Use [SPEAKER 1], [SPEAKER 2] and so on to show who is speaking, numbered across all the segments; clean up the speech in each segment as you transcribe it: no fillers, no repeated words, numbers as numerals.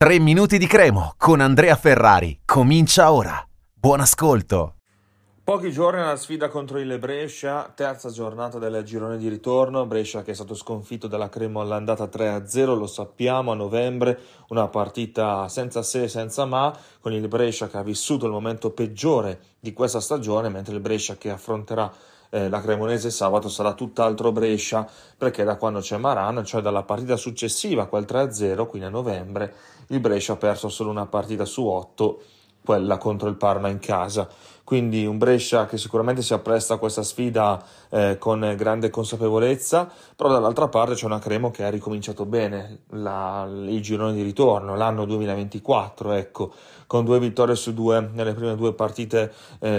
[SPEAKER 1] 3 minuti di Cremo con Andrea Ferrari. Comincia ora. Buon ascolto.
[SPEAKER 2] Pochi giorni alla sfida contro il Brescia, terza giornata del girone di ritorno. Brescia che è stato sconfitto dalla Cremo all'andata 3-0, lo sappiamo, a novembre, una partita senza se e senza ma, con il Brescia che ha vissuto il momento peggiore di questa stagione, mentre il Brescia che affronterà la Cremonese sabato sarà tutt'altro Brescia, perché da quando c'è Maran, cioè dalla partita successiva, quel 3-0, quindi a novembre, il Brescia ha perso solo una partita su 8, quella contro il Parma in casa. Quindi un Brescia che sicuramente si appresta a questa sfida con grande consapevolezza, però dall'altra parte c'è una Cremo che ha ricominciato bene il girone di ritorno, l'anno 2024, ecco, con 2 vittorie su 2 nelle prime 2 partite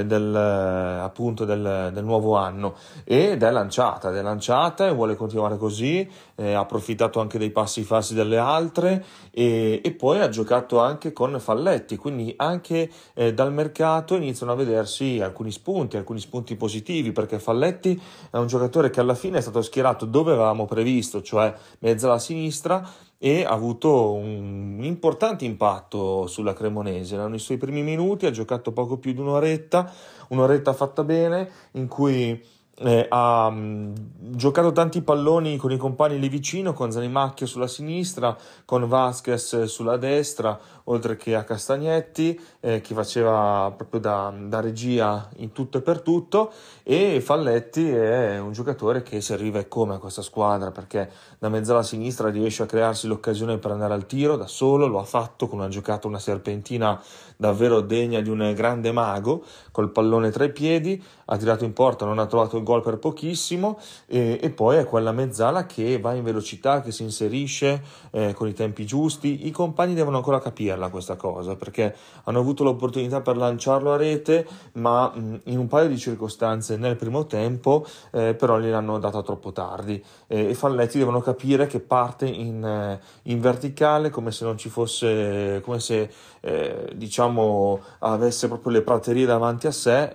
[SPEAKER 2] del nuovo anno, ed è lanciata e vuole continuare così, ha approfittato anche dei passi falsi delle altre e poi ha giocato anche con falletti, quindi anche dal mercato iniziano a vedersi alcuni spunti positivi, perché Falletti è un giocatore che alla fine è stato schierato dove avevamo previsto, cioè mezzo alla sinistra, e ha avuto un importante impatto sulla Cremonese. Nei suoi primi minuti ha giocato poco più di un'oretta fatta bene, in cui ha giocato tanti palloni con i compagni lì vicino, con Zanimacchia sulla sinistra, con Vasquez sulla destra, oltre che a Castagnetti che faceva proprio da regia in tutto e per tutto. E Falletti è un giocatore che serviva e come a questa squadra, perché da mezzala a sinistra riesce a crearsi l'occasione per andare al tiro da solo, lo ha fatto con una serpentina davvero degna di un grande mago, col pallone tra i piedi, ha tirato in porta, non ha trovato il gol per pochissimo, e poi è quella mezzala che va in velocità, che si inserisce con i tempi giusti. I compagni devono ancora capirla questa cosa, perché hanno avuto l'opportunità per lanciarlo a rete, ma in un paio di circostanze nel primo tempo però gliel'hanno data troppo tardi, e Falletti devono capire che parte in verticale, come se non ci fosse, come se diciamo avesse proprio le praterie davanti a sé,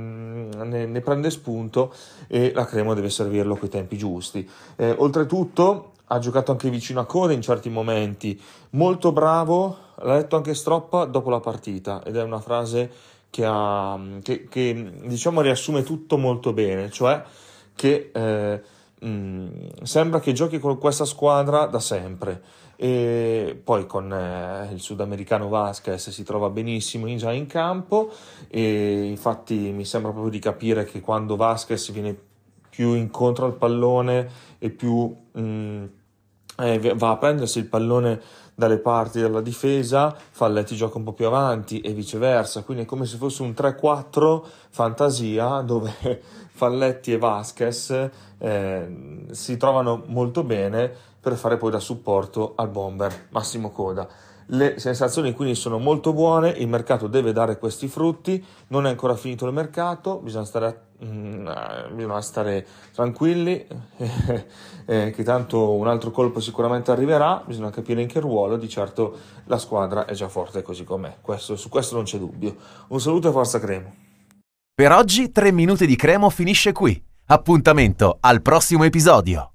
[SPEAKER 2] ne prende spunto, e la Cremo deve servirlo coi tempi giusti. Oltretutto ha giocato anche vicino a coda in certi momenti, molto bravo, l'ha detto anche Stroppa dopo la partita, ed è una frase che diciamo riassume tutto molto bene, cioè che sembra che giochi con questa squadra da sempre. E poi con il sudamericano Vasquez si trova benissimo già in campo, e infatti mi sembra proprio di capire che quando Vasquez viene più incontro al pallone e più va a prendersi il pallone dalle parti della difesa, Falletti gioca un po' più avanti e viceversa, quindi è come se fosse un 3-4 fantasia, dove Falletti e Vasquez si trovano molto bene per fare poi da supporto al bomber Massimo Coda. Le sensazioni quindi sono molto buone, il mercato deve dare questi frutti, non è ancora finito il mercato, bisogna stare tranquilli, che tanto un altro colpo sicuramente arriverà, bisogna capire in che ruolo. Di certo la squadra è già forte così com'è, su questo non c'è dubbio. Un saluto e forza Cremo.
[SPEAKER 1] Per oggi 3 minuti di Cremo finisce qui. Appuntamento al prossimo episodio.